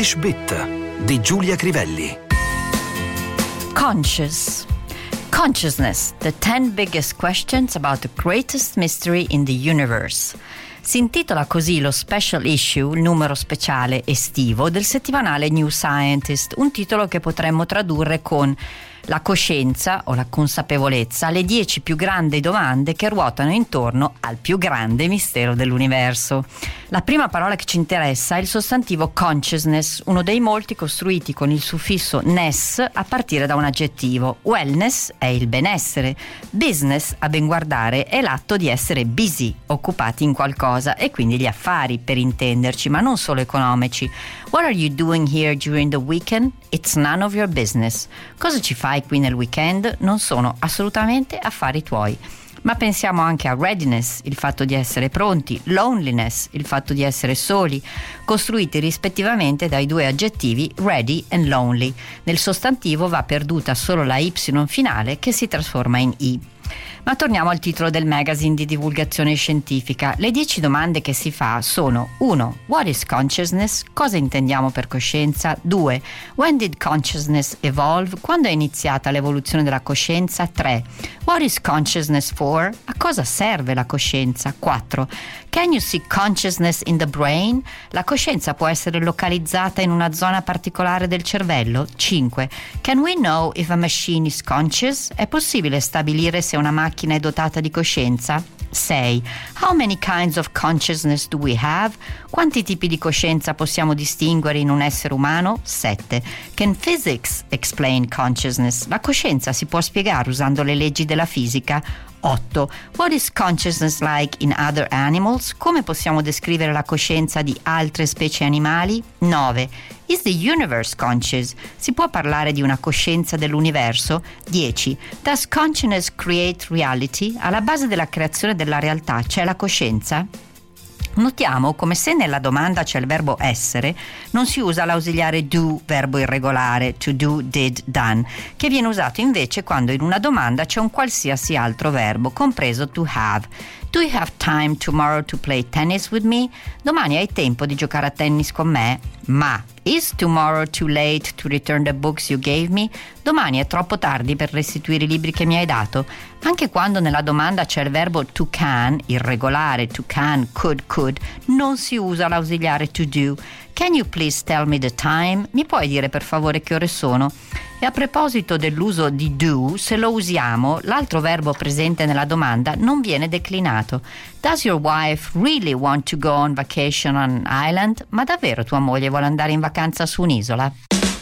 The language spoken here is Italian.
English Bit di Giulia Crivelli. Consciousness, the 10 biggest questions about the greatest mystery in the universe. Si intitola così lo special issue, il numero speciale estivo del settimanale New Scientist, un titolo che potremmo tradurre con la coscienza o la consapevolezza, le 10 più grandi domande che ruotano intorno al più grande mistero dell'universo. La prima parola che ci interessa è il sostantivo consciousness, uno dei molti costruiti con il suffisso ness a partire da un aggettivo. Wellness è il benessere, business, a ben guardare, è l'atto di essere busy, occupati in qualcosa, e quindi gli affari, per intenderci, ma non solo economici. What are you doing here during the weekend? It's none of your business. Cosa ci fai qui nel weekend? Non sono assolutamente affari tuoi. Ma pensiamo anche a readiness, il fatto di essere pronti, loneliness, il fatto di essere soli, costruiti rispettivamente dai due aggettivi ready and lonely. Nel sostantivo va perduta solo la y finale che si trasforma in i. Ma torniamo al titolo del magazine di divulgazione scientifica. Le 10 domande che si fa sono: 1. What is consciousness? Cosa intendiamo per coscienza? 2. When did consciousness evolve? Quando è iniziata l'evoluzione della coscienza? 3. What is consciousness for? A cosa serve la coscienza? 4. Can you see consciousness in the brain? La coscienza può essere localizzata in una zona particolare del cervello? 5. Can we know if a machine is conscious? È possibile stabilire se una macchina è dotata di coscienza? 6. How many kinds of consciousness do we have? Quanti tipi di coscienza possiamo distinguere in un essere umano? 7. Can physics explain consciousness? La coscienza si può spiegare usando le leggi della fisica? 8. What is consciousness like in other animals? Come possiamo descrivere la coscienza di altre specie animali? 9. Is the universe conscious? Si può parlare di una coscienza dell'universo? 10. Does consciousness create reality? Alla base della creazione della realtà c'è la coscienza? Notiamo come se nella domanda c'è il verbo essere, non si usa l'ausiliare do, verbo irregolare, to do, did, done, che viene usato invece quando in una domanda c'è un qualsiasi altro verbo, compreso to have. Do you have time tomorrow to play tennis with me? Domani hai tempo di giocare a tennis con me? Ma is tomorrow too late to return the books you gave me? Domani è troppo tardi per restituire i libri che mi hai dato? Anche quando nella domanda c'è il verbo to can, irregolare, to can, could, non si usa l'ausiliare to do. Can you please tell me the time? Mi puoi dire per favore che ore sono? E a proposito dell'uso di do, se lo usiamo, l'altro verbo presente nella domanda non viene declinato. Does your wife really want to go on vacation on an island? Ma davvero tua moglie vuole andare in vacanza su un'isola?